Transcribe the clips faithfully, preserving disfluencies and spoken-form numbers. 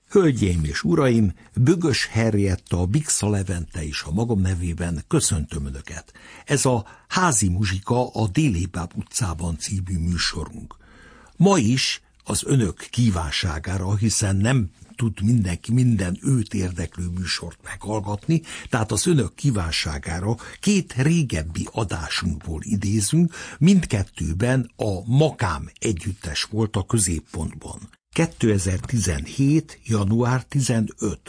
Hölgyeim és uraim, Bögös Henrietta, a Bixa Levente és a magam nevében köszöntöm Önöket. Ez a Házi muzsika a Déli Báb utcában című műsorunk. Ma is az Önök kívánságára, hiszen nem tud mindenki minden őt érdeklő műsort meghallgatni, tehát az Önök kívánságára két régebbi adásunkból idézünk, mindkettőben a Makám együttes volt a középpontban. kétezer-tizenhét. január tizenötödike.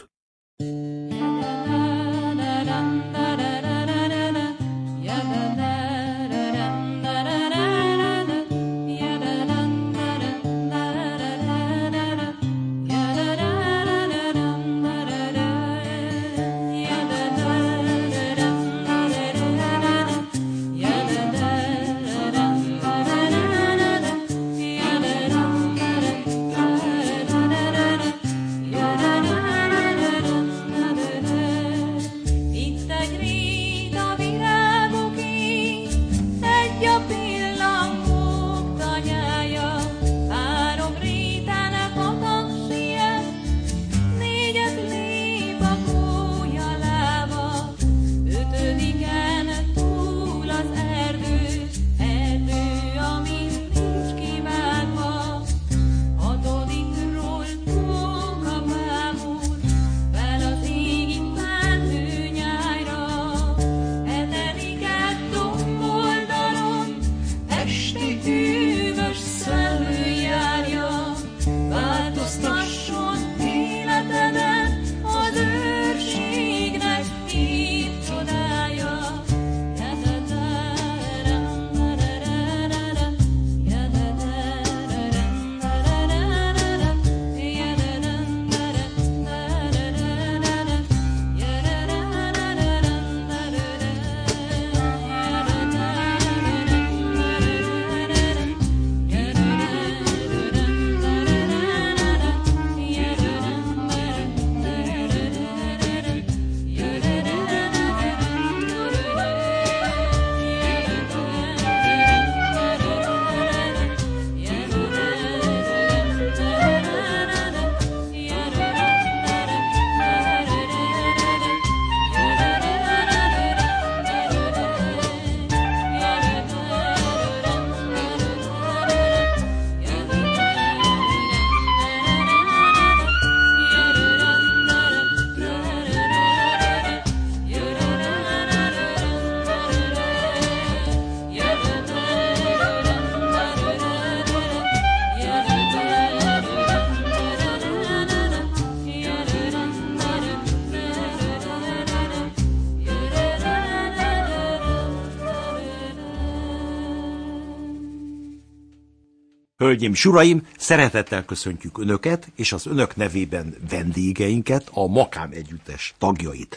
Hölgyeim és uraim, szeretettel köszöntjük Önöket, és az Önök nevében vendégeinket, a Makám együttes tagjait.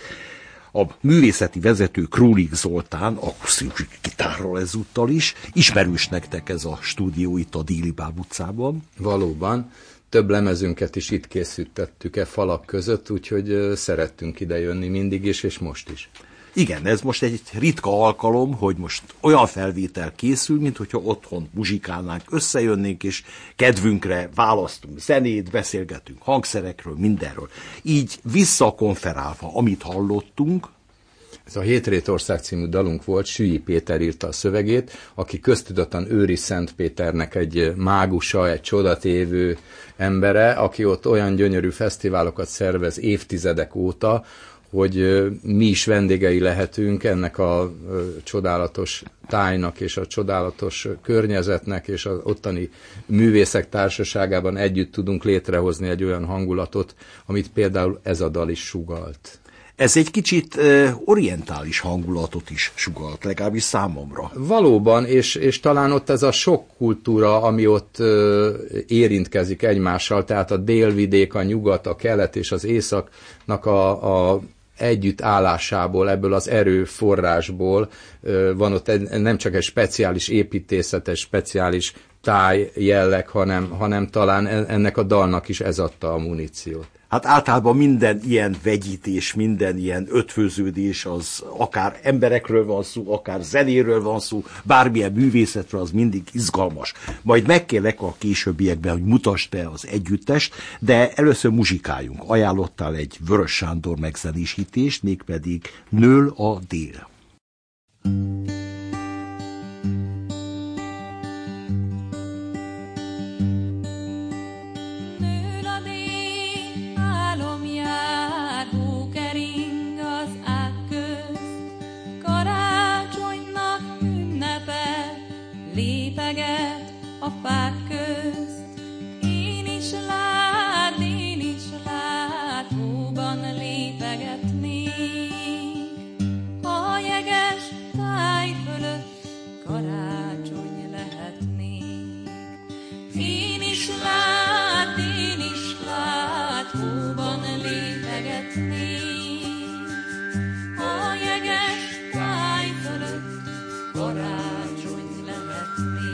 A művészeti vezető Królik Zoltán, akusztikus gitárral ezúttal is, ismerős nektek ez a stúdió itt a Déli Báb utcában. Valóban, több lemezünket is itt készítettük e falak között, úgyhogy szerettünk ide jönni mindig is, és most is. Igen, ez most egy ritka alkalom, hogy most olyan felvétel készül, mint hogyha otthon muzsikálnánk, összejönnénk, és kedvünkre választunk zenét, beszélgetünk hangszerekről, mindenről. Így visszakonferálva, amit hallottunk. Ez a Hétrétország című dalunk volt, Sülly Péter írta a szövegét, aki köztudottan Őri Szentpéternek egy mágusa, egy csodatévő embere, aki ott olyan gyönyörű fesztiválokat szervez évtizedek óta, hogy mi is vendégei lehetünk ennek a csodálatos tájnak és a csodálatos környezetnek, és az ottani művészek társaságában együtt tudunk létrehozni egy olyan hangulatot, amit például ez a dal is sugalt. Ez egy kicsit uh, orientális hangulatot is sugalt, legalábbis számomra. Valóban, és, és talán ott ez a sok kultúra, ami ott uh, érintkezik egymással, tehát a délvidék, a nyugat, a kelet és az északnak a, a együttállásából, ebből az erőforrásból uh, van ott egy, nem csak egy speciális építészet, egy speciális táj jelleg, hanem, hanem talán ennek a dalnak is ez adta a muníciót. Hát általában minden ilyen vegyítés, minden ilyen ötvöződés, az akár emberekről van szó, akár zenéről van szó, bármilyen művészetről, az mindig izgalmas. Majd megkérlek a későbbiekben, hogy mutasd be az együttest, de először muzsikáljunk. Ajánlottál egy Vörös Sándor megzenésítést, mégpedig Nől a dél. A fák közt, én is lát, én is lát, hóban lépegetnék. A jeges táj fölött karácsony lehetnék. Én is lát, én is lát, hóban lépegetnék. A jeges táj fölött karácsony lehetnék.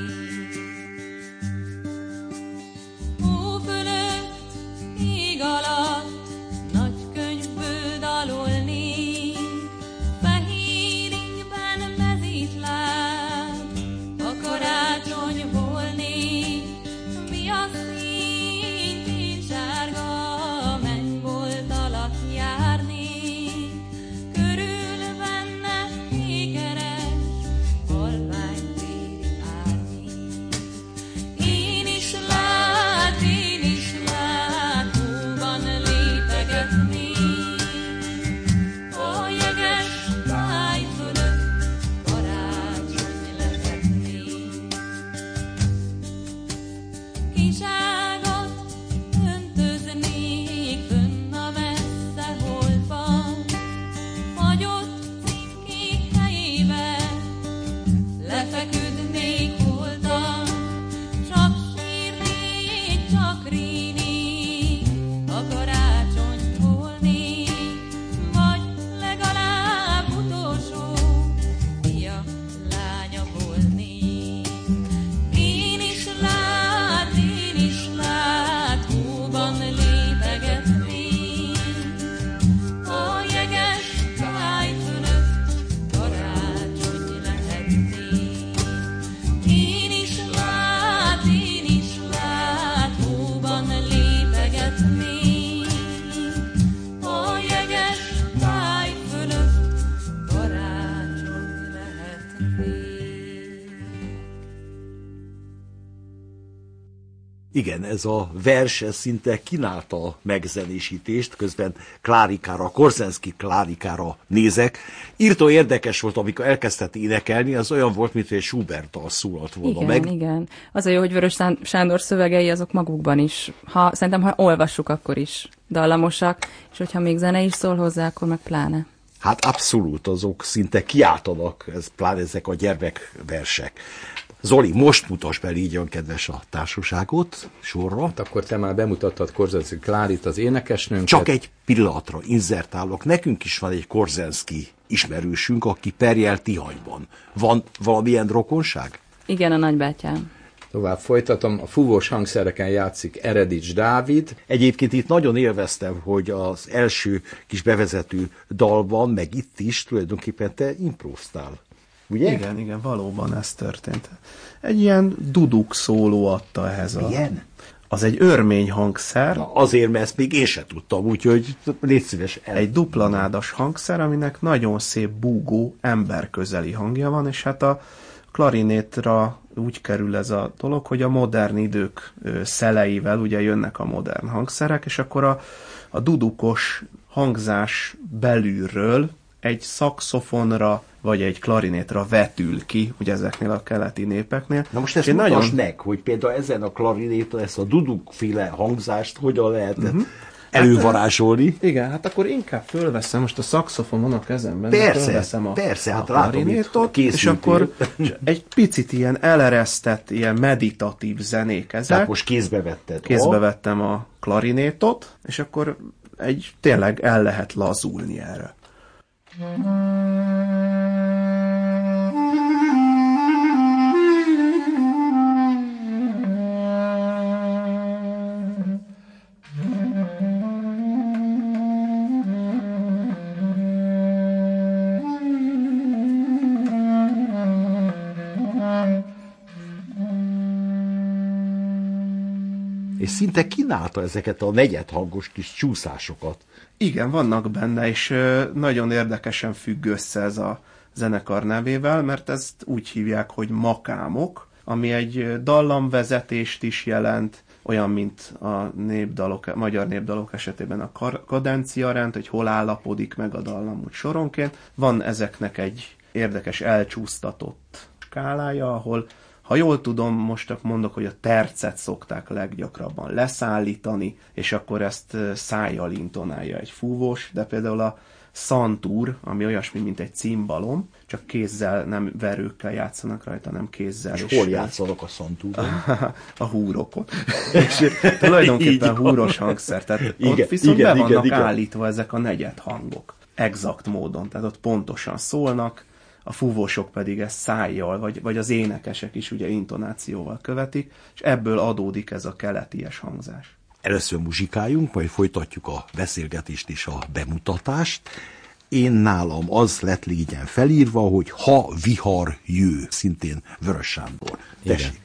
Igen, ez a vers ez szinte kínálta a megzenésítést, közben Klárikára, Korzenszky Klárikára nézek. Írtó érdekes volt, amikor elkezdett énekelni, az olyan volt, mint egy Schubert-dal szólalt volna igen, meg. Igen, igen. Az a jó, hogy Vörös Sándor szövegei azok magukban is, ha, szerintem ha olvassuk, akkor is dallamosak, és hogyha még zene is szól hozzá, akkor meg pláne. Hát abszolút, azok szinte kiáltanak, ez, pláne ezek a gyermekversek. Zoli, most mutasd be, így olyan kedves a társaságot sorra. Hát akkor te már bemutattad Korzenszky Klárit, az énekesnőnket. Csak egy pillanatra inzertálok. Nekünk is van egy Korzenszky ismerősünk, aki perjel Tihanyban. Van valamilyen rokonság? Igen, a nagybátyám. Tovább folytatom, a fúvós hangszereken játszik Eredics Dávid. Egyébként itt nagyon élveztem, hogy az első kis bevezető dalban, meg itt is tulajdonképpen te improvztál. Ugye? Igen, igen, valóban ez történt. Egy ilyen duduk szóló adta ehhez a... Milyen? Az egy örmény hangszer. Na, azért, mert ezt még én sem tudtam, úgyhogy légy szíves el. Egy duplanádas hangszer, aminek nagyon szép búgó, emberközeli hangja van, és hát a klarinétra úgy kerül ez a dolog, hogy a modern idők szeleivel ugye jönnek a modern hangszerek, és akkor a, a dudukos hangzás belülről egy szaxofonra vagy egy klarinétra vetül ki, ugye ezeknél a keleti népeknél. Na most ezt mutasd nagyon... meg, hogy például ezen a klarinéta, ezt a dudukféle hangzást hogyan lehet uh-huh. elővarázsolni. Hát, igen, hát akkor inkább fölveszem, most a szaxofon van a kezemben, persze, fölveszem a, persze, hát a klarinétot, és akkor egy picit ilyen eleresztett, ilyen meditatív zenék ezek. Tehát most kézbe vetted. Kézbe a... vettem a klarinétot, és akkor egy tényleg el lehet lazulni erre. és szinte kínálta ezeket a negyedhangos kis csúszásokat. Igen, vannak benne, és nagyon érdekesen függ össze ez a zenekar nevével, mert ezt úgy hívják, hogy makámok, ami egy dallamvezetést is jelent, olyan, mint a népdalok, magyar népdalok esetében a kadenciarend, hogy hol állapodik meg a dallam úgy soronként. Van ezeknek egy érdekes elcsúsztatott skálája, ahol, ha jól tudom, most mondok, hogy a tercet szokták leggyakrabban leszállítani, és akkor ezt szájjal intonálja egy fúvós, de például a szantúr, ami olyasmi, mint egy cimbalom, csak kézzel, nem verőkkel játszanak rajta, nem kézzel. És, és hol játszanak a szantúron? A, a húrokon. És tulajdonképpen húros hangszer. Tehát igen, ott viszont igen, be vannak igen, állítva ezek a negyed hangok. Exakt módon. Tehát ott pontosan szólnak, a fúvósok pedig ezt szájjal, vagy, vagy az énekesek is ugye intonációval követik, és ebből adódik ez a keleties hangzás. Először muzsikáljunk, majd folytatjuk a beszélgetést és a bemutatást. Én nálam az lett légyen felírva, hogy ha vihar jő, szintén Vörös Sándor. Tessék.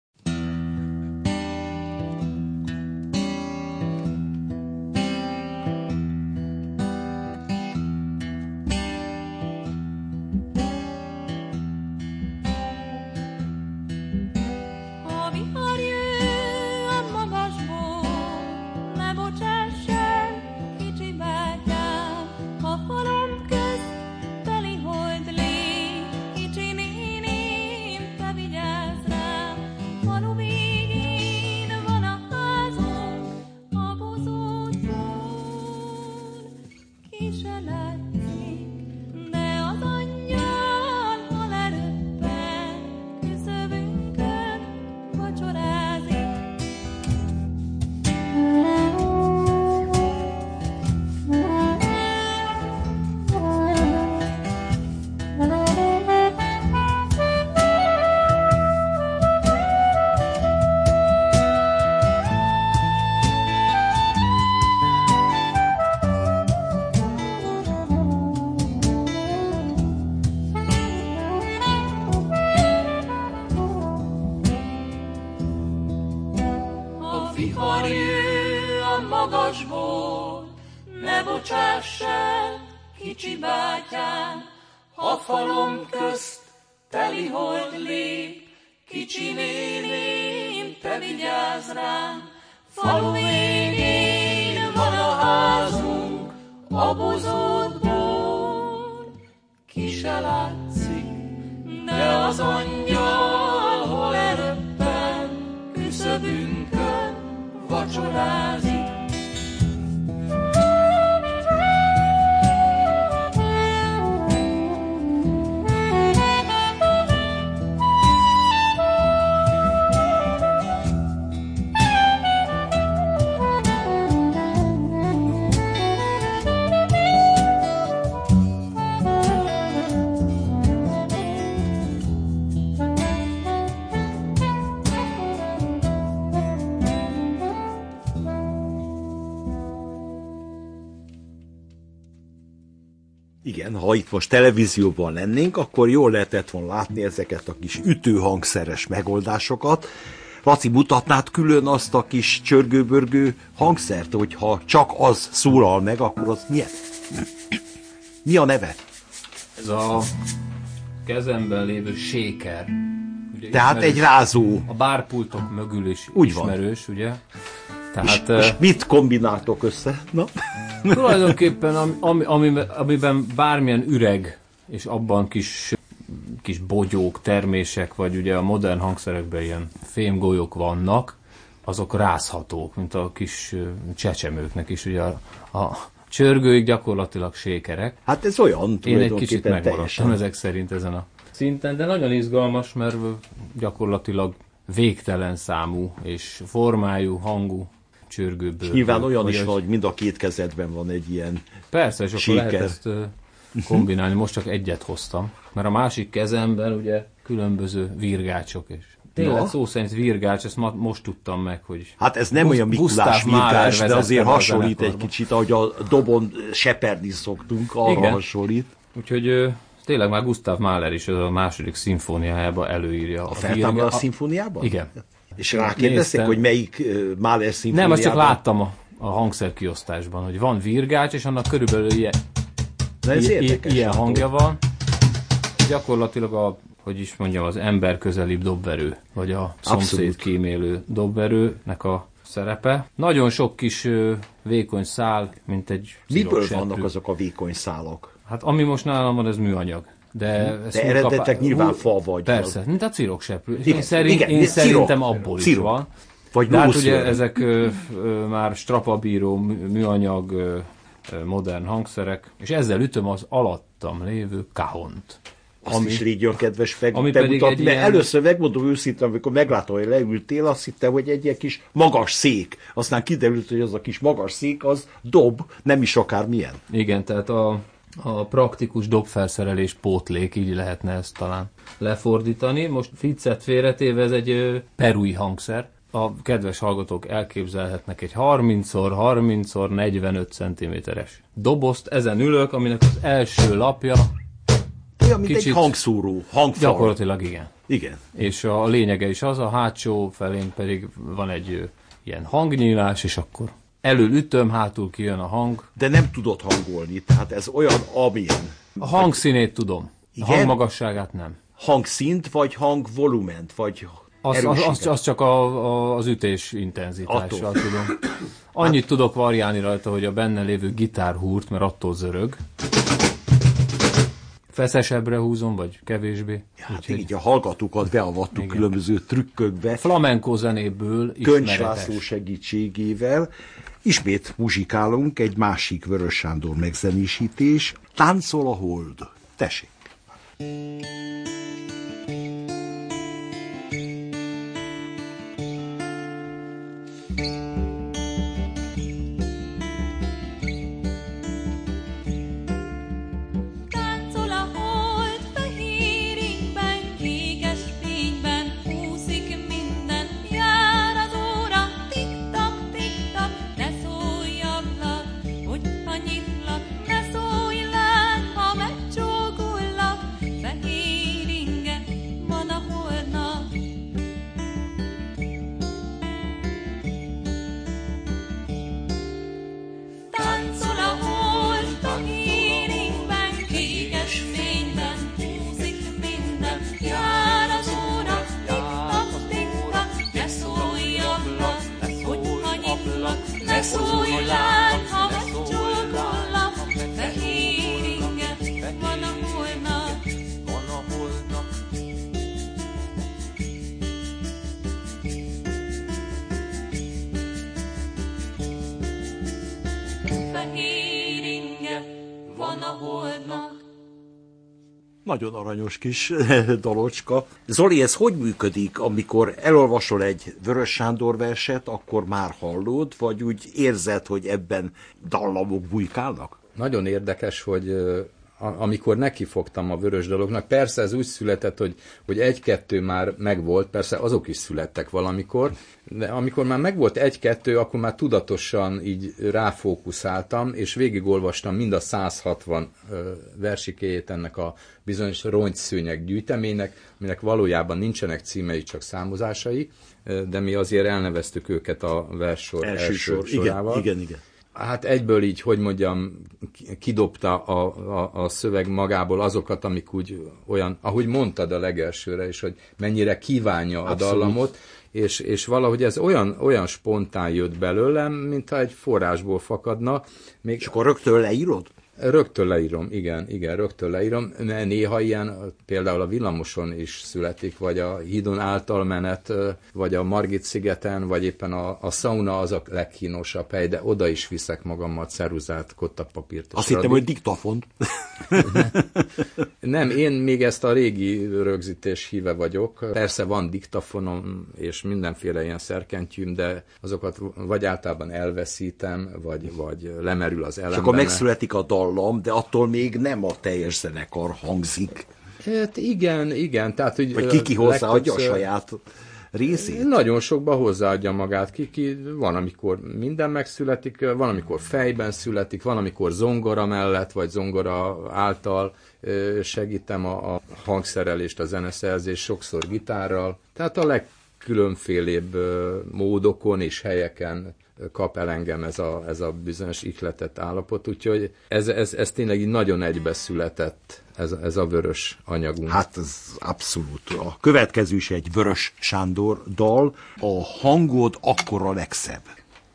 Igen, ha itt most televízióban lennénk, akkor jól lehetett volna látni ezeket a kis ütőhangszeres megoldásokat. Laci, mutatnád külön azt a kis csörgőbörgő hangszert, hogyha csak az szólal meg, akkor az milyen? Mi a neve? Ez a kezemben lévő shaker. Ugye Tehát ismerős, egy rázó. A bárpultok mögül is Úgy ismerős, van. Ugye? Tehát, és, és mit kombináltok össze? Na? Tulajdonképpen ami, ami, amiben bármilyen üreg, és abban kis, kis bogyók, termések, vagy ugye a modern hangszerekben ilyen fémgolyók vannak, azok rázhatók, mint a kis csecsemőknek is. Ugye a, a csörgőik gyakorlatilag sékerek. Hát ez olyan Én egy kicsit megmaradtam ezek szerint ezen a szinten, de nagyon izgalmas, mert gyakorlatilag végtelen számú és formájú, hangú csörgőből. Nyilván olyan is van, hogy mind a két kezedben van egy ilyen persze, és séker. Akkor lehet ezt uh, kombinálni. Most csak egyet hoztam, mert a másik kezemben ugye különböző virgácsok is. Tényleg no. Szó szerint virgács, ezt ma, most tudtam meg, hogy... Hát ez nem olyan Mikulás virgács, de azért hasonlít egy kicsit, ahogy a dobon seperni szoktunk, arra igen. hasonlít. Úgyhogy uh, tényleg már Gustav Mahler is a második szimfóniájában előírja. A, a feltámadás szimfóniában? Igen. És rákérdezték, Néztem. hogy melyik uh, Mahler szimfóniában? Nem, azt csak láttam a, a hangszerkiosztásban, hogy van virgács, és annak körülbelül ilyen, De ez i- érdekes, ilyen látod. hangja van. Gyakorlatilag a, hogy is mondjam, az ember közelibb dobverő, vagy a szomszéd Abszolút. kímélő dobverőnek a szerepe. Nagyon sok kis ö, vékony szál, mint egy Miből szirokseprű. vannak azok a vékony szálak? Hát ami most nálam van, ez műanyag. De, ez De úgy eredetileg kapá- nyilván Ú, fa vagy. Persze, mint a cirokseprű. Igen, Én, szerint, igen, én cirok. szerintem abból is Cirok. van. Vagy De hát lószőr. ugye ezek ö, ö, már strapabíró mű- műanyag ö, ö, modern hangszerek, és ezzel ütöm az alattam lévő kahont. Azt Ami- is légy olyan kedves meg, ami pedig bemutatni, egy mert ilyen- először megmondom őszintén, amikor meglátom, hogy leültél, azt hittem, hogy egy ilyen kis magas szék. Aztán kiderült, hogy az a kis magas szék, az dob, nem is akármilyen. Igen, tehát a, a praktikus dobfelszerelés pótlék, így lehetne ezt talán lefordítani. Most viccet félretéve, ez egy ö, perui hangszer. A kedves hallgatók elképzelhetnek egy harminc harminc negyvenöt centiméteres dobozt. Ezen ülök, aminek az első lapja Olyan, mint Kicsit- egy hangszóró, hangfal. gyakorlatilag igen. Igen. És a lényege is az, a hátsó felén pedig van egy ö, ilyen hangnyílás, és akkor elől ütöm, hátul kijön a hang. De nem tudod hangolni, tehát ez olyan, amilyen. A hangszínét tudom, a Igen? hangmagasságát nem. Hangszint, vagy hangvolument, vagy Az, az, erősséget. az, az csak a, a, az ütés intenzitással Attól. tudom. Annyit tudok variálni rajta, hogy a benne lévő gitárhúrt, mert attól zörög. Feszesebbre húzom, vagy kevésbé. Hát Úgyhogy így a hallgatókat beavattuk Igen. különböző trükkökbe, flamenco zenéből Köncs ismeretes. László segítségével. Ismét muzsikálunk, egy másik Vörös Sándor megzenésítés. Táncol a hold. Tessék! Táncol a hold fehér ingben, kékes fényben, úszik minden, jár az óra, tik-tak, tik-tak, ne szólj ablak, hogyha nyitlak, ne szólj lát, ha megcsókollak, fehér inge van a holdnak. Táncol a hold fehér ingben, kékes fényben, húzik minden, jár az óra, tik-tak, tik-tak, ne szólj ablak, hogyha nyitlak, ne szólj lát, ha megcsókollak, fehér inge van a holdnak. Fehér inge van a holdnak. Nagyon aranyos kis dalocska. Zoli, ez hogy működik, amikor elolvasol egy Vörös Sándor verset, akkor már hallod, vagy úgy érzed, hogy ebben dallamok bujkálnak? Nagyon érdekes, hogy ö, a- amikor nekifogtam a vörös daloknak, persze ez úgy született, hogy, hogy egy-kettő már megvolt, persze azok is születtek valamikor, de amikor már megvolt egy-kettő, akkor már tudatosan így ráfókuszáltam, és végigolvastam mind a száz hatvan ö, versikéjét ennek a bizonyos rongyszőnyeg gyűjteménynek, aminek valójában nincsenek címei, csak számozásai, ö, de mi azért elneveztük őket a verssor első, Első első sor. sorával. Igen, igen, igen. Hát egyből így, hogy mondjam, ki- kidobta a, a, a szöveg magából azokat, amik úgy olyan, ahogy mondtad a legelsőre is, hogy mennyire kívánja a Abszolút. dallamot, és, és valahogy ez olyan, olyan spontán jött belőlem, mintha egy forrásból fakadna. Még És akkor rögtön leírod? Rögtön leírom, igen, igen, rögtön leírom. Néha ilyen, például a villamoson is születik, vagy a hídon által menet, vagy a Margit szigeten, vagy éppen a, a sauna az a legkínosabb hely, de oda is viszek magammal ceruzát, kottapapírt. és Azt hittem, radírt. hogy diktafont. Nem, én még ezt a régi rögzítés híve vagyok. Persze van diktafonom, és mindenféle ilyen szerkentyűm, de azokat vagy általában elveszítem, vagy, vagy lemerül az És elem. akkor benne. megszületik a dallam, de attól még nem a teljes zenekar hangzik. Hát igen, igen. Tehát, hogy Vagy ki ki hozzáadja a legtöbbször- saját részét. Nagyon sokba hozzáadja magát ki, ki, van, amikor minden megszületik, van, amikor fejben születik, van, amikor zongora mellett, vagy zongora által ö, segítem a, a hangszerelést, a zeneszerzést, sokszor gitárral. Tehát a legkülönfélébb módokon és helyeken kap el engem ez a, ez a bizonyos ihletett állapot, úgyhogy ez, ez, ez tényleg így nagyon egybeszületett, ez, ez a Vörös anyagunk. Hát ez abszolút. A következő is egy Vörös Sándor dal, a hangod akkor a legszebb.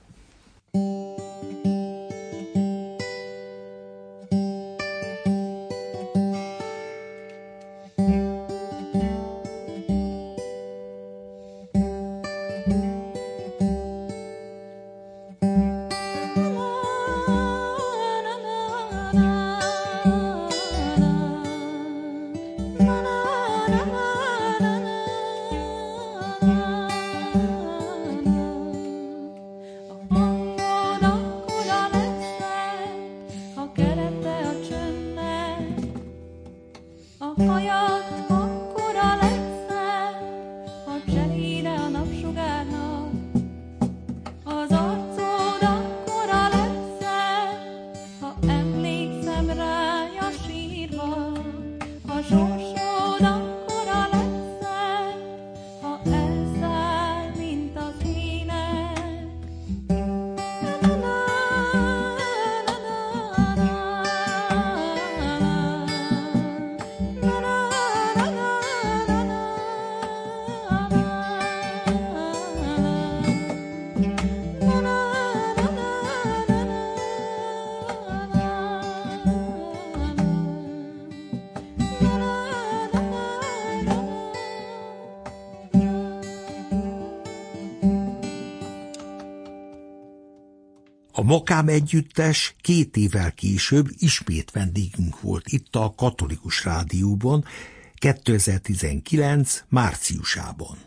A Makám együttes két évvel később ismét vendégünk volt itt a Katolikus Rádióban kétezer-tizenkilenc márciusában.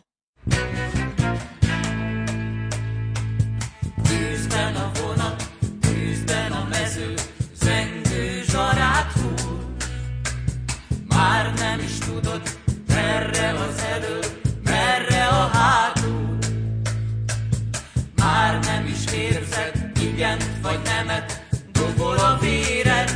Tűzben a vonat, tűzben a mező, zengő zsarát húr. Már nem is tudod, merre az elő, merre a hátul. Már nem is érzed, igent vagy nemet, dobol a véred.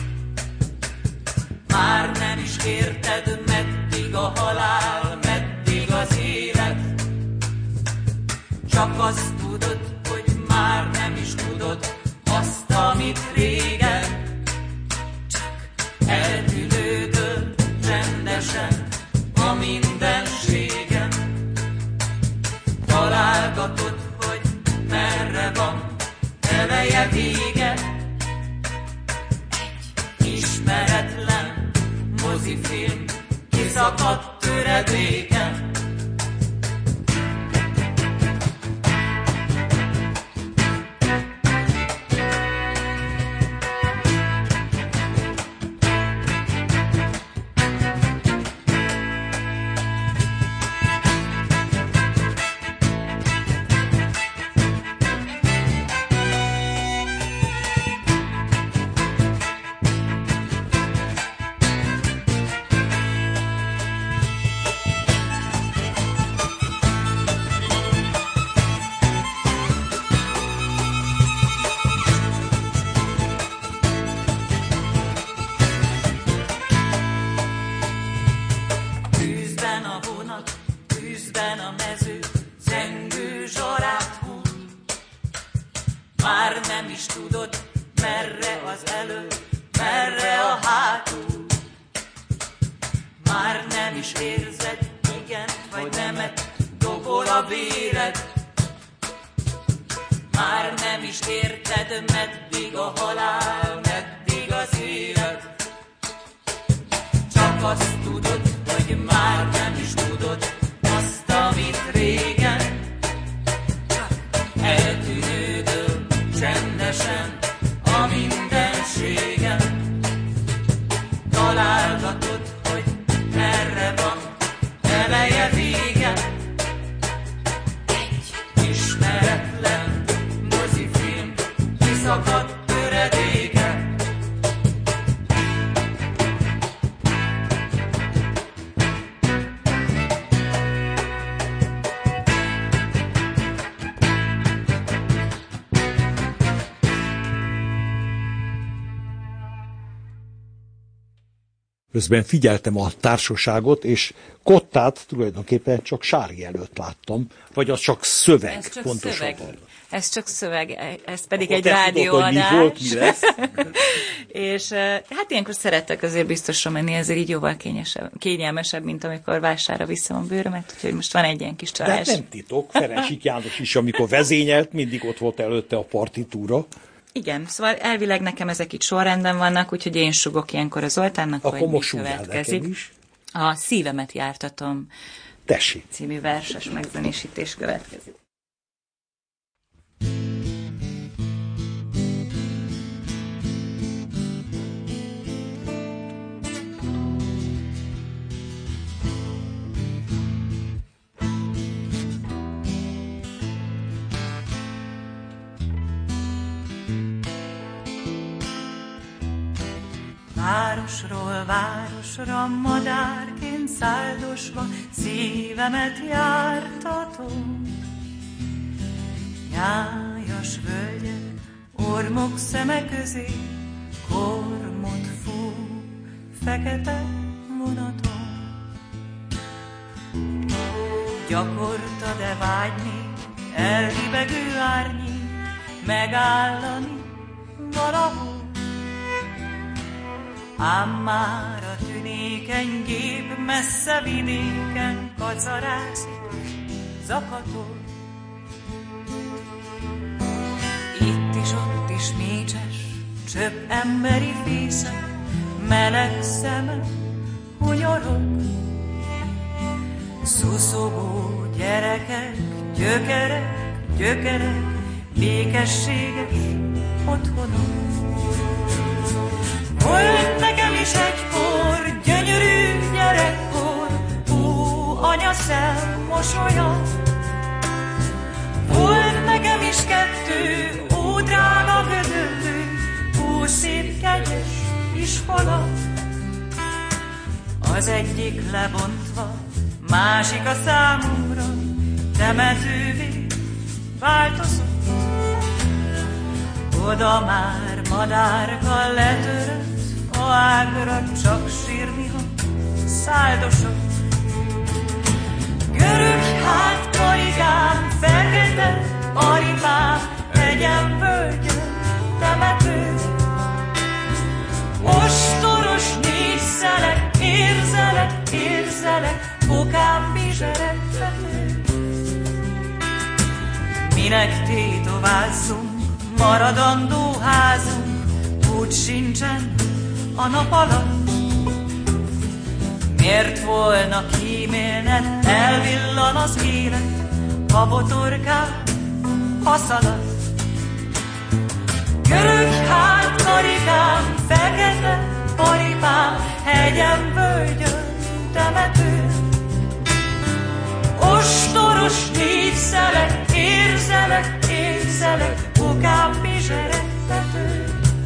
Már nem is érted, meddig a halál, meddig az élet. Csak azt tudod, hogy már nem is tudod azt, amit régen. Csak eltűnődöl rendesen a mindenségen. Találgatod, hogy merre van eleje, vége. Egy ismeretlen mozifilm kiszakadt töredéken. Már nem is tudod, merre az elő, merre a hátul. Már nem is érzed, igen vagy nemet, dobol a véred. Már nem is érted, meddig a halál, meddig az élet. Csak azt tudod, hogy már nem is tudod azt, amit régen. Eltűnődöl csendesen a mindenségen. Találgatod, hogy merre van eleje, vége. Egy ismeretlen mozifilm kiszakadt töredéke. Közben figyeltem a társaságot, és Kottát tulajdonképpen csak Sári előtt láttam, vagy az csak szöveg, ez csak pontosabban. Szöveg. Ez csak szöveg, ez pedig Akkor egy te rádióadás. Tudod, hogy mi volt, mi lesz. És hát ilyenkor szerettek azért biztosra menni, ezért így jóval kényesebb, kényelmesebb, mint amikor vásárra vissza van bőrömet, úgyhogy most van egy ilyen kis De csalás. hát nem titok, Ferencsik János is, amikor vezényelt, mindig ott volt előtte a partitúra. Igen, szóval elvileg nekem ezek itt sorrendben vannak, úgyhogy én sugok ilyenkor a Zoltánnak, Akkor hogy mi most súlyál következik. nekem is. A Szívemet jártatom Tessék. című verses megzenésítés következik. Városról városra madárként száldosva szívemet jártatom. Nyájas völgyek, ormok szeme közé, kormot fú, fekete vonatom. Gyakorta de vágyni, elhibegő árnyék, megállani valahol. Ám már a tünékeny gép messze vidéken kacarázik, zakatol. Itt is, ott is mécses, csöpp emberi fészek, meleg szeme, hunyorog. Szuszogó gyerekek, gyökerek, gyökerek, békességes otthonok. Volt nekem is egykor gyönyörű gyerekkor, hú, anya szem mosolya. Volt nekem is kettő, ó, drága gödöllő, ó, szép kegyes iskola. Az egyik lebontva, másik a számomra temetővé változott. Oda már madárka letörött, a ágra csak sírni, ha száldosott. Görög hát karikám, fekete aripám, hegyen völgyön temető. Ostoros négy szelek, érzelek, érzelek, okám bizseregtető. Minek tétovázzunk, maradandó házunk, úgy sincsen a nap alatt. Miért volna kímélned, elvillan az élet, a botorkán haszalad. Görög hát karikám, fekete paripám, hegyen völgyön temető. Ostoros négy szelek, érzelek, érzelek, okám bizseregtető.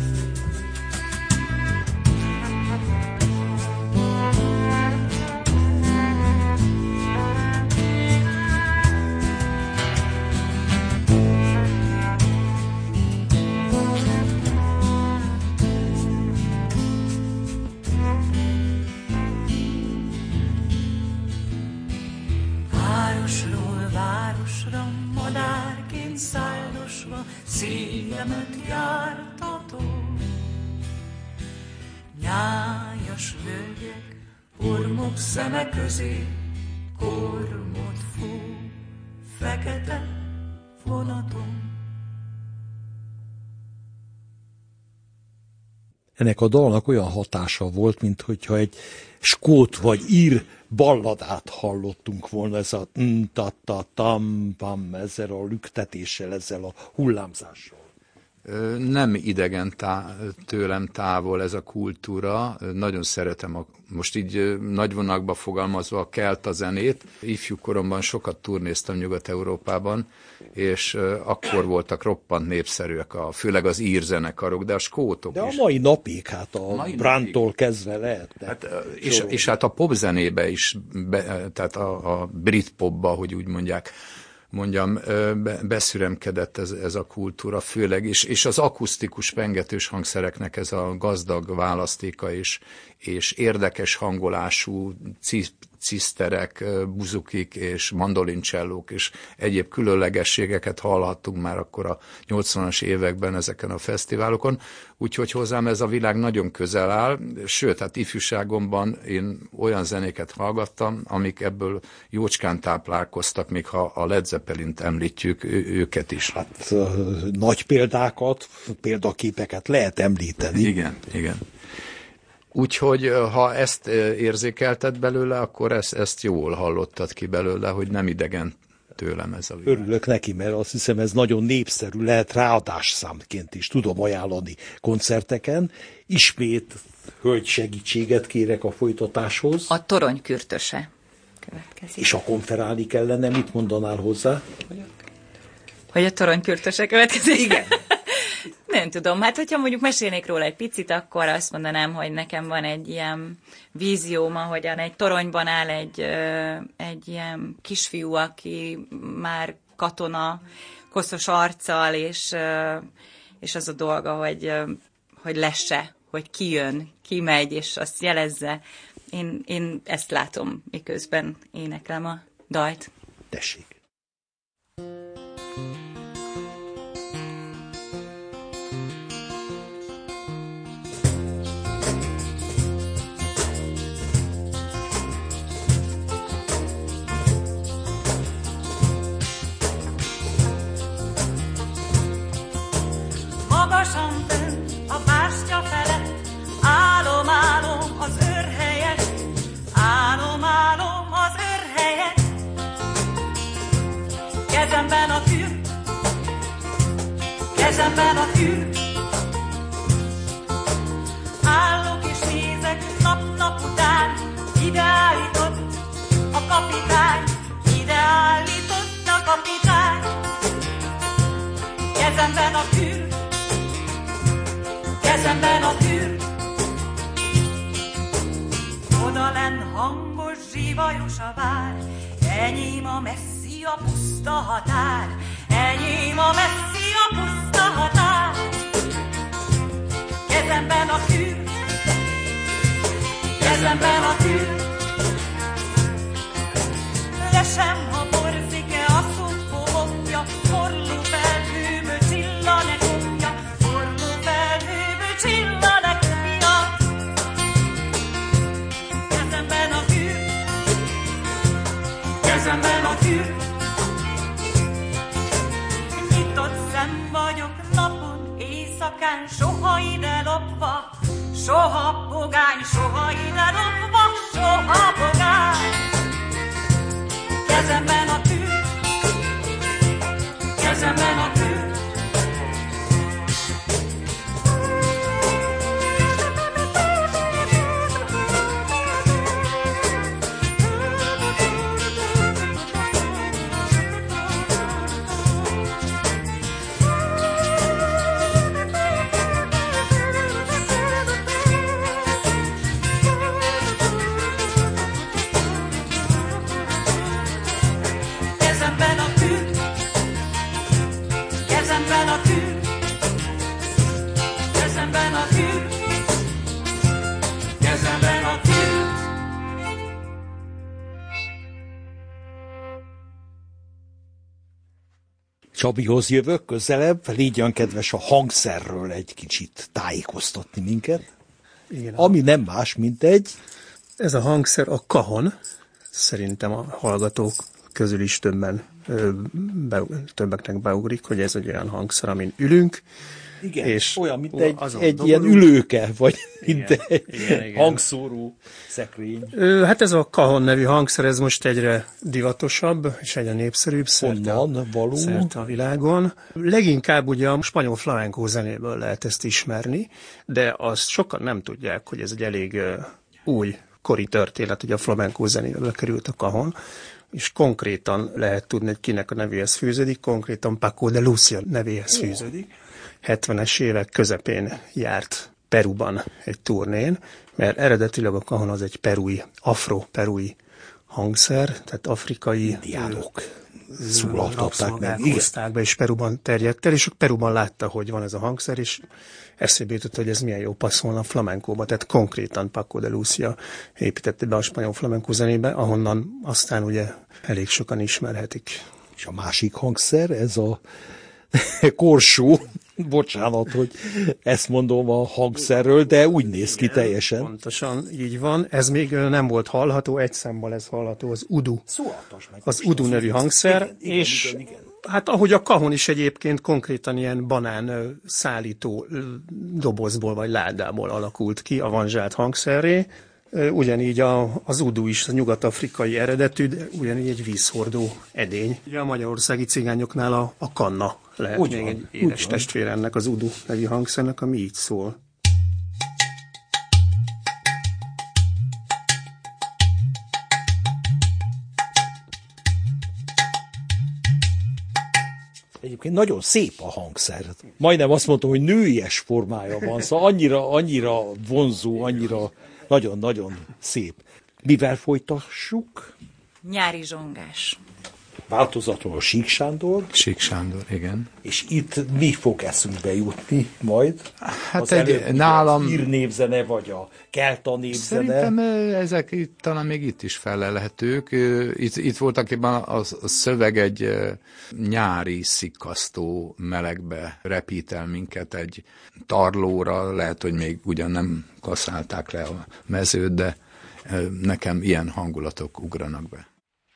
Városról városra, madárként szállosva, szívemet jártatom. Nyájas völgyek, ormok szeme közé, kormot fú, fekete vonatom. Ennek a dalnak olyan hatása volt, mint hogyha egy skót vagy ír balladát hallottunk volna, ez a ta-ta-tam-pam, ezzel a lüktetéssel, ezzel a hullámzással. Nem idegen tá- tőlem távol ez a kultúra, nagyon szeretem, a, most így nagy vonalakba fogalmazva a kelta zenét. Ifjú koromban sokat turnéztam Nyugat-Európában, és akkor voltak roppant népszerűek, a, főleg az ír zenekarok, de a skótok de is. De a mai napig, hát a Brandtól kezdve lehetne. Hát, és, és hát a popzenébe is, be, tehát a, a brit popba, hogy úgy mondják, mondjam, beszüremkedett ez, ez a kultúra főleg, és, és az akusztikus pengetős hangszereknek ez a gazdag választéka és, és érdekes hangolású ciszterek, buzukik és mandolincellók és egyéb különlegességeket hallhattunk már akkor a nyolcvanas években ezeken a fesztiválokon, úgyhogy hozzám ez a világ nagyon közel áll, sőt, hát ifjúságomban én olyan zenéket hallgattam, amik ebből jócskán táplálkoztak, még ha a Led Zeppelint említjük, ő, őket is. Hát nagy példákat, példaképeket lehet említeni. Igen, igen. Úgyhogy ha ezt érzékelted belőle, akkor ezt, ezt jól hallottad ki belőle, hogy nem idegen tőlem ez a világ. Örülök neki, mert azt hiszem ez nagyon népszerű, lehet ráadásszámként is tudom ajánlani koncerteken. Ismét hölgy segítséget kérek a folytatáshoz. A torony kürtöse következik. És a konferálni kellene, mit mondanál hozzá? Hogy a torony kürtöse következik? Igen. Nem tudom, hát hogyha mondjuk mesélnék róla egy picit, akkor azt mondanám, hogy nekem van egy ilyen vízióm, ahogyan egy toronyban áll egy, egy ilyen kisfiú, aki már katona, koszos arccal, és, és az a dolga, hogy, hogy lesse, hogy ki jön, ki megy, és azt jelezze. Én, én ezt látom, miközben éneklem a dalt. Tessék. Magasan fönn a bástya felett, álom, álom az őrhelyet, álom, álom az őrhelyet. Kezemben a tűr, kezemben a tűr. Állok és nézek nap-nap után, ide állított a kapitány, ide állított a kapitány. Kezemben a tűr, kezemben a tűr. Odalenn hangos, zsivajos a vár, enyém a messzi, a puszta határ, enyém a messzi, a puszta határ. Kezemben a tűr, kezemben a tűr. Lesem, ha borzike a szubfogja, forló felhőből csilla ne kopja, forló felhőből csilla ne kopja. Kezemben a tűr, kezemben a tűr. Nyitott szem vagyok napon, éjszakán, soha ide lopva, soha pogány, soha ide lopva, soha pogány. Kezemben a tűr, kezemben a tűr. Kezemben a tűr, kezemben a tűr, kezemben a tűr, kezemben a tűr. Csabihoz jövök közelebb, légy kedves a hangszerről egy kicsit tájékoztatni minket. Igen, ami nem más, mint egy... Ez a hangszer a kahon, szerintem a hallgatók közül is többen, be, többeknek beugrik, hogy ez egy olyan hangszer, amin ülünk. Igen, és olyan, mint egy, egy dobolunk. ilyen ülőke, vagy Igen, mint egy igen, igen. hangszóró szekrény. Hát ez a kahon nevű hangszer, ez most egyre divatosabb, és egyre népszerűbb szerte, Honnan való? szerte a világon. Leginkább ugye a spanyol flamenco zenéből lehet ezt ismerni, de azt sokan nem tudják, hogy ez egy elég uh, új, kori történet, hogy a flamenco zenébe került a kahon, és konkrétan lehet tudni, hogy kinek a nevéhez fűződik, konkrétan Paco de Lucia nevéhez fűződik. hetvenes évek közepén járt Peruban egy turnén, mert eredetileg a kahon az egy perui, afro-perui hangszer, tehát afrikai Indiánok. szólaltatták meg. Hozták be, és Peruban terjedt el, és Peruban látta, hogy van ez a hangszer, és eszébe jutott, hogy ez milyen jó passzolna a flamenkóba, tehát konkrétan Paco de Lucia építette be a spanyol flamenkó zenébe, ahonnan aztán ugye elég sokan ismerhetik. És a másik hangszer, ez a korsó, bocsánat, hogy ezt mondom a hangszerről, de úgy néz ki teljesen. Pontosan így van, ez még nem volt hallható, egy számmal ez hallható, az udu. Az udu nevű hangszer, igen, igen, és igen, igen. Hát ahogy a kahon is egyébként konkrétan ilyen banán szállító dobozból vagy ládából alakult ki, avanzsált hangszerré. Ugyanígy a, az udu is a nyugat-afrikai eredetű, de ugyanígy egy vízhordó edény. Ugye a magyarországi cigányoknál a, a kanna lehet úgy még van, egy édes testvér ennek az udu nevű hangszernek, ami így szól. Egyébként nagyon szép a hangszer. Majdnem azt mondtam, hogy nőies formája van, szóval annyira, annyira vonzó, annyira nagyon-nagyon szép. Mivel folytassuk? Nyári zsongás. Változatról a Sík Sándor. Sík Sándor, igen. És itt mi fog eszünkbe jutni majd? Hát az egy, előbb, nálam... Az ír névzene, vagy a kelta névzene? Szerintem ezek itt, talán még itt is felelhetők. Itt, itt voltaképpen a, a szöveg egy nyári szikkasztó melegbe repít el minket egy tarlóra. Lehet, hogy még ugyan nem kaszálták le a mezőt, de nekem ilyen hangulatok ugranak be.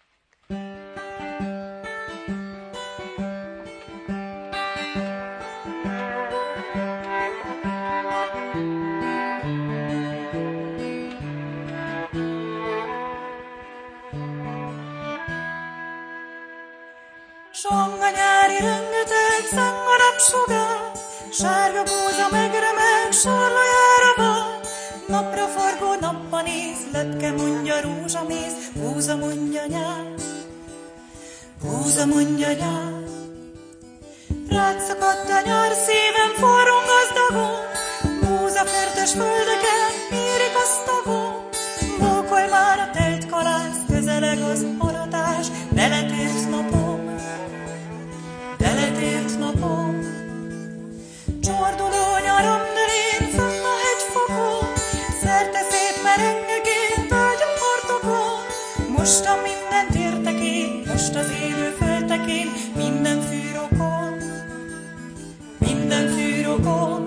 Song a nyári rengeteg, szang a napsugár, sárga búza megremeg, sorlajára van. Napra forgó nappa néz, lepke mondja rózsamész, búza mondja nyár, búza mondja nyár. Rád szakadt a nyár, szívem forrong gazdagon, búza fertes földeken, érik asztagon. Bókolj már a telt kalász, közeleg az aratás, beletért napom. Beletért napom, csorduló nyaram nőjén fönn a hegyfokon, szerte szét merengegén, tölgyön portokon. Mostan mindent értek én, most az élő földtekén, minden fűrokon, minden fűrokon.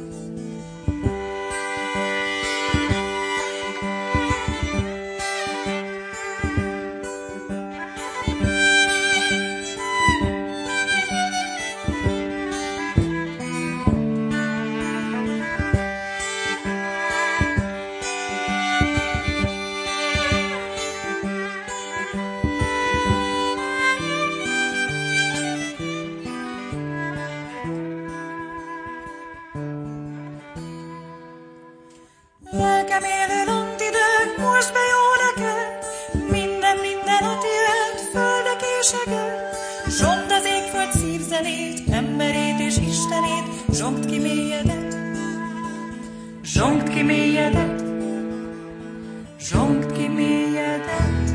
Lelkem élő lantidők, most be jó neked, minden, minden a tiéd, földek és eged. Zsongd az égföld szívzenét, emberét és Istenét, zsongd ki mélyedet, zsongd ki mélyedet, zsongd ki mélyedet.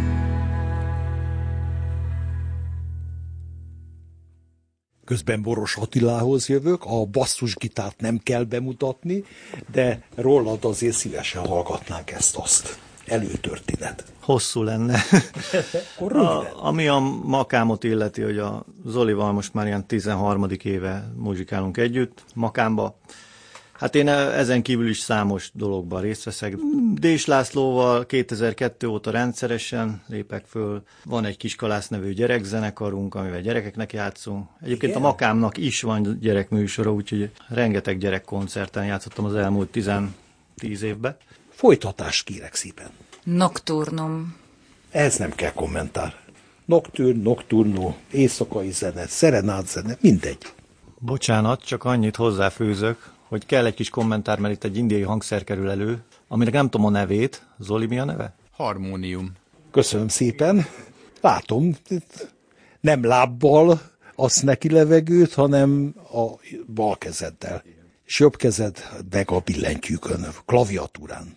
Közben Boros Attilához jövök, a basszusgitárt nem kell bemutatni, de rólad azért szívesen hallgatnánk ezt-azt. Előtörténet. Hosszú lenne. a, ami a Makámot illeti, hogy a Zolival most már ilyen tizenharmadik éve muzsikálunk együtt, Makámba. Hát én ezen kívül is számos dologban részt veszek. Dés Lászlóval kétezer-kettő óta rendszeresen lépek föl. Van egy Kiskalász nevű gyerekzenekarunk, amivel gyerekeknek játszunk. Egyébként igen? A Makámnak is van gyerekműsora, úgyhogy rengeteg gyerekkoncerten játszottam az elmúlt tíz évben. Folytatást kérek szépen. Nocturnum. Ez nem kell kommentár. Nocturn, nocturno, éjszakai zene, szerenád zene, mindegy. Bocsánat, csak annyit hozzáfőzök, hogy kell egy kis kommentár, mert itt egy indiai hangszer kerül elő, aminek nem tudom a nevét. Zoli, mi a neve? Harmónium. Köszönöm szépen. Látom, nem lábbal adsz neki levegőt, hanem a bal kezeddel. És jobb kezed meg a billentyűkön, klaviatúrán.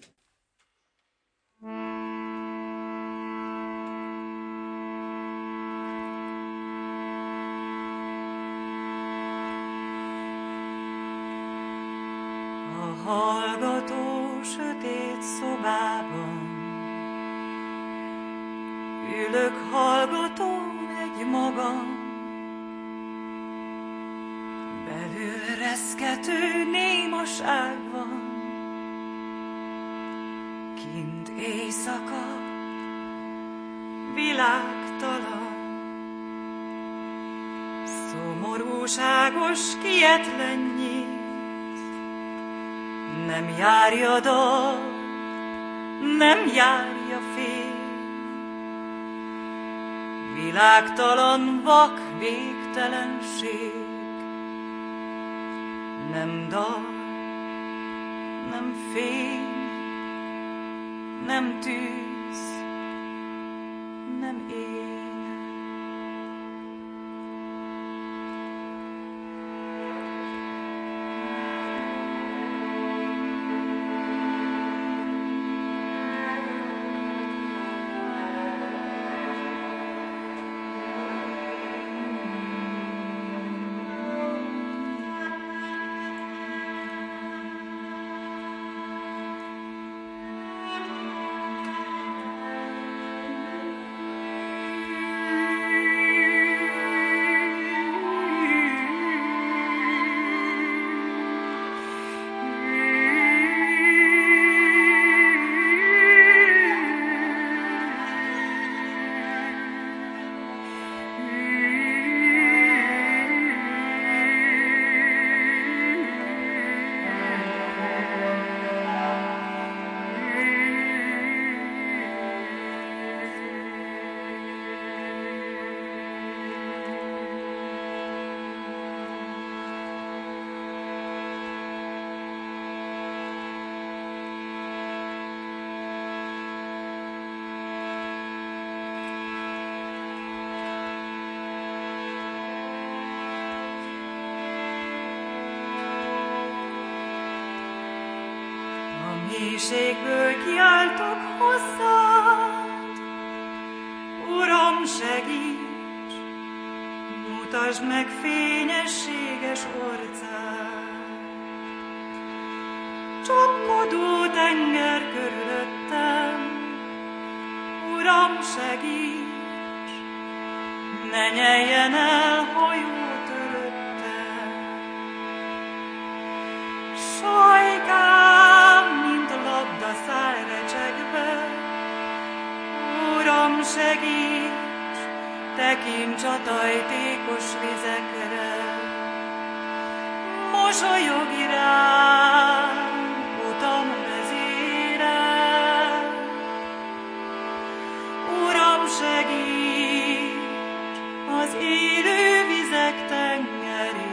hallgató sötét szobában. Ülök hallgatón egy magam, belül reszkető némaság van. Kint éjszaka, világtalan, szomorúságos, kietlen nyílt. Nem járja dal, nem járja fény, világtalan, vak végtelenség. Nem dal, nem fény, nem tűz, nem én. Mélységből kiáltok hozzád, Uram, segíts, mutasd meg fényességes orcád. Csapkodó tenger körülöttem, Uram, segíts, ne nyeljen el hajó töröttem. Sajkám, mint labda száll recsegve, Uram, segíts, tekints a tajtékos vizekre. Mosolyogj rám, utam vezére. Uram, segíts, az élő vizek tengerére.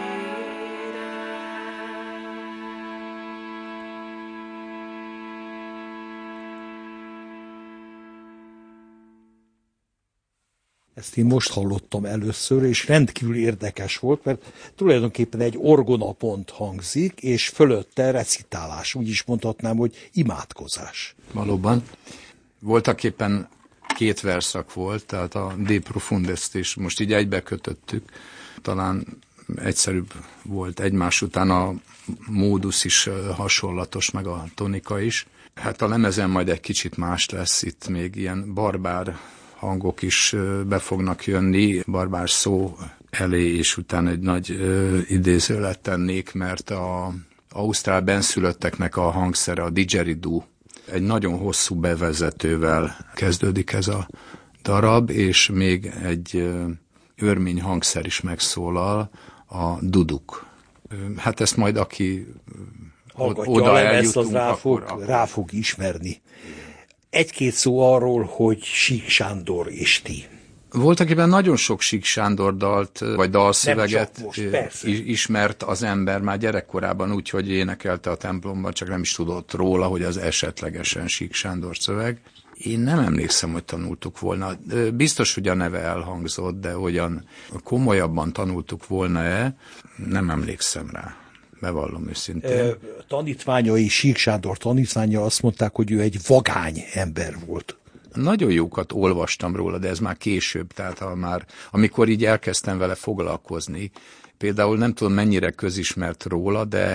Ezt én most hallottam először, és rendkívül érdekes volt, mert tulajdonképpen egy orgonapont hangzik, és fölötte recitálás, úgy is mondhatnám, hogy imádkozás. Valóban. Voltaképpen két verszak volt, tehát a De Profundest is most így egybe kötöttük. Talán egyszerűbb volt egymás után, a módusz is hasonlatos, meg a tonika is. Hát a lemezen majd egy kicsit más lesz, itt még ilyen barbár hangok is be fognak jönni, barbár szó elé, és utána egy nagy ö, idézőlet tennék, mert a ausztrál benszülötteknek a hangszere, a didgeridoo, egy nagyon hosszú bevezetővel kezdődik ez a darab, és még egy ö, örmény hangszer is megszólal, a duduk. Hát ezt majd aki hallgatja oda a lemezt, eljutunk, az rá fog, akkor, rá fog ismerni. Egy-két szó arról, hogy Sík Sándor és ti. Voltaképpen nagyon sok Sík Sándor dalt, vagy dalszöveget most, ismert az ember már gyerekkorában, úgyhogy énekelte a templomban, csak nem is tudott róla, hogy az esetlegesen Sík Sándor szöveg. Én nem emlékszem, hogy tanultuk volna. Biztos, hogy a neve elhangzott, de olyan komolyabban tanultuk volna-e, nem emlékszem rá. Bevallom őszintén. Tanítványai, Sík Sándor tanítványa azt mondták, hogy ő egy vagány ember volt. Nagyon jókat olvastam róla, de ez már később, tehát ha már, amikor így elkezdtem vele foglalkozni, például nem tudom mennyire közismert róla, de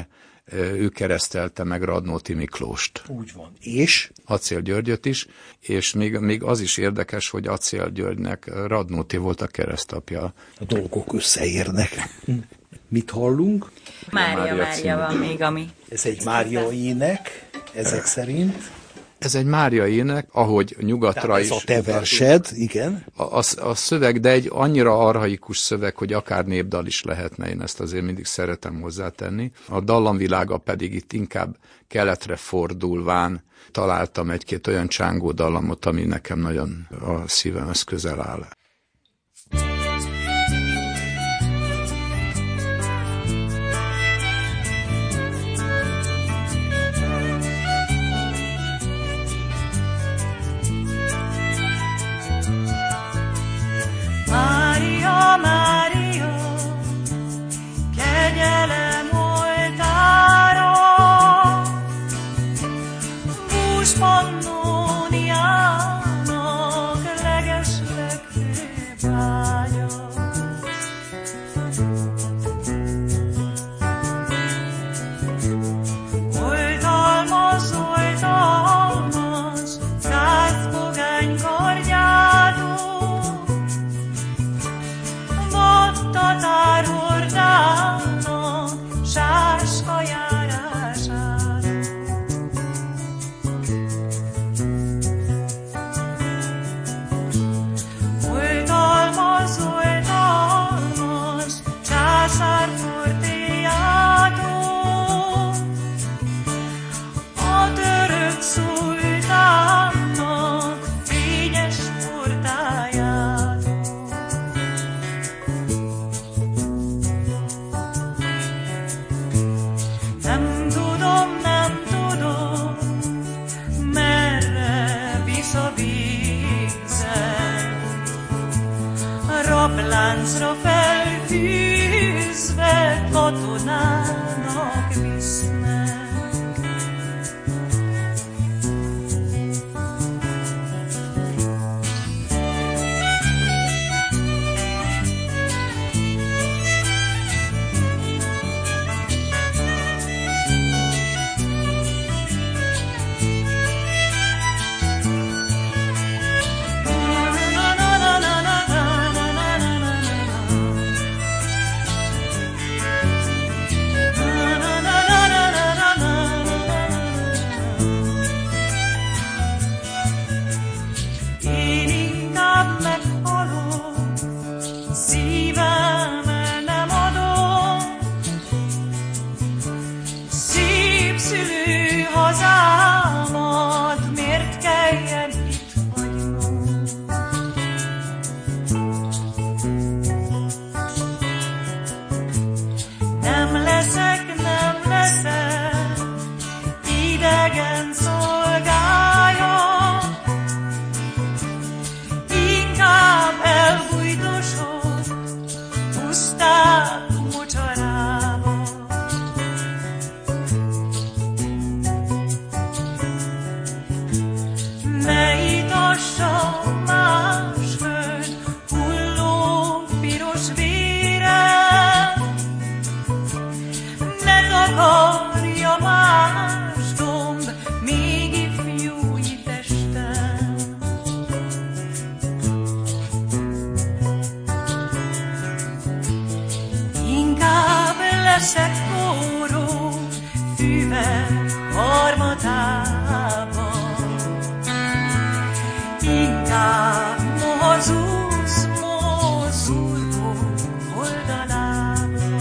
ő keresztelte meg Radnóti Miklóst. Úgy van. És? Acél Györgyöt is, és még, még az is érdekes, hogy Acél Györgynek Radnóti volt a keresztapja. A dolgok összeérnek. Mit hallunk? Mária, Mária, Mária van még, ami... Ez egy Mária ének, ezek szerint. Ez egy Mária ének, ahogy nyugatra Tehát ez is. Ez a te versed, igen. A, a, a szöveg, de egy annyira archaikus szöveg, hogy akár népdal is lehetne, én ezt azért mindig szeretem hozzátenni. A dallamvilága pedig itt inkább keletre fordulván találtam egy-két olyan csángó dallamot, ami nekem nagyon a szívemhez közel áll. Mária, Mária, kegyelem oltára, búspannóniának legeslegfőbb ágya. Oltalmaz, oltalmaz, száz pogány kardjától, tatárhordának sáska járására. Oltalmaz, oltalmaz, császár portéjától, a török szultánnak fényes portájától. Nem tudom, nem tudom, merre visz a vízzel, rabláncra felfűzve katonának visznek. Én inkább meghalok, szívemmel nem adom, szép szülő hazámat miért kelljen itt hagynom? Nem leszek, nem leszek idegen szolgája, inkább elbújdosok pusztán mocsarába. Ne itassam más föld hulló piros vére, ne takarja más domb még ifjúi testem. Inkább leszek forró füvek harmatában, inkább mozusz, mozulgó oldalában.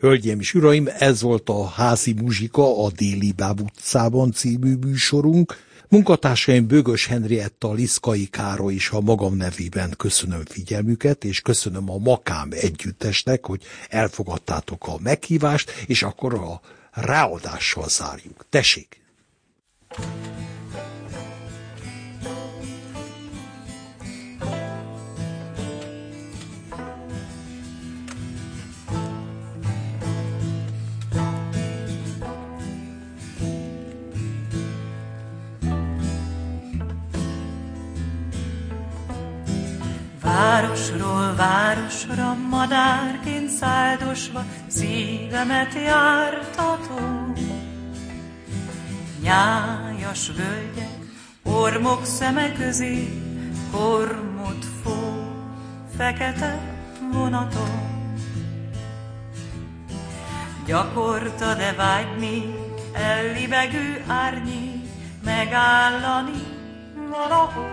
Hölgyeim és uraim, ez volt a Házi muzsika a Déli Báb utcában című műsorunk. Munkatársaim Bögös Henrietta, Liszkai Károly és a magam nevében köszönöm figyelmüket, és köszönöm a Makám együttesnek, hogy elfogadtátok a meghívást, és akkor a ráadással zárjuk. Tessék! Városról városra madárként száldosva szívemet jártatom. Nyájas völgyek, ormok szeme közé, kormot fó, fekete vonatom. Gyakorta, de vágynék, ellibegő árnyék, megállani valahol.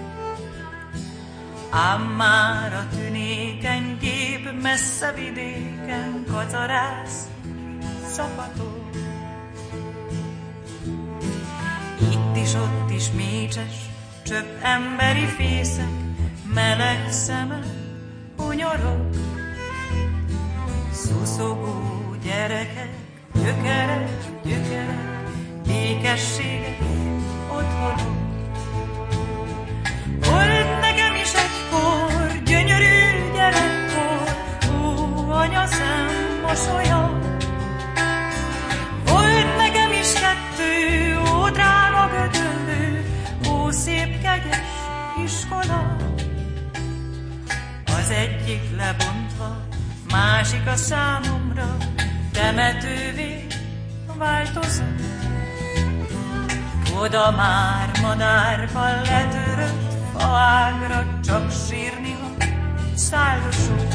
Ám már a tünékeny gép messze vidéken kacarász, szakató. Itt is, ott is mécses, csöpp emberi fészek, meleg szeme, hunyorok. Szuszogó gyerekek, gyökerek, gyökerek, békességek, otthonok. Volt nekem is egykor gyönyörű gyerekkor, ó, anya szem mosolya. Volt nekem is kettő, ó, drága gödöllő, ó, szép kegyes iskola. Az egyik lebontva, másik a számomra temetővé változott. Oda már madárkal letörött faágra, csak sírni, ha szállosok.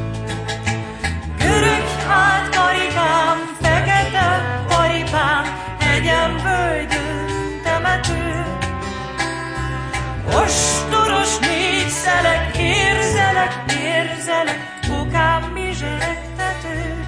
Görög hát karikám, fekete paripám, hegyen, völgyön, temető. Ostoros négy szelek, érzelek, érzelek, okám bizseregtető.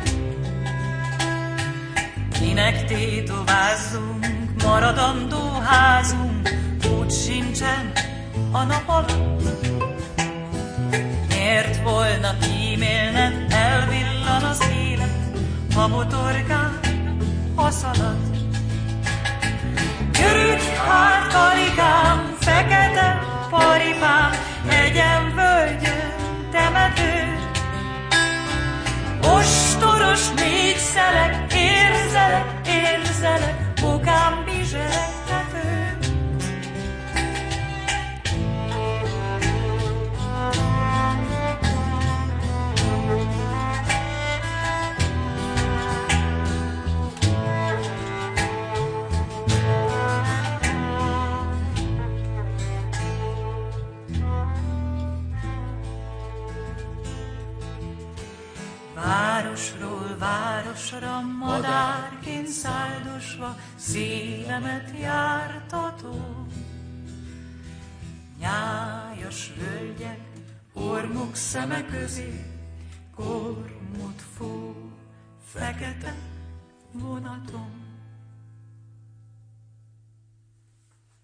Kinek tétovázzunk, maradandó házunk, úgy sincsen a nap alatt. Miért volna kímélned, elvillan az élet, ha botorkán haszalad. Görög hát karikám, fekete paripám, hegyen, völgyön, temető. Ostoros négy szelek, érzelek, érzelek, okám bizseregtető. Városról városra madárként száldosva szívemet jártatom. Nyájas völgyek, ormok szeme közé, kormot fú, fekete vonatom.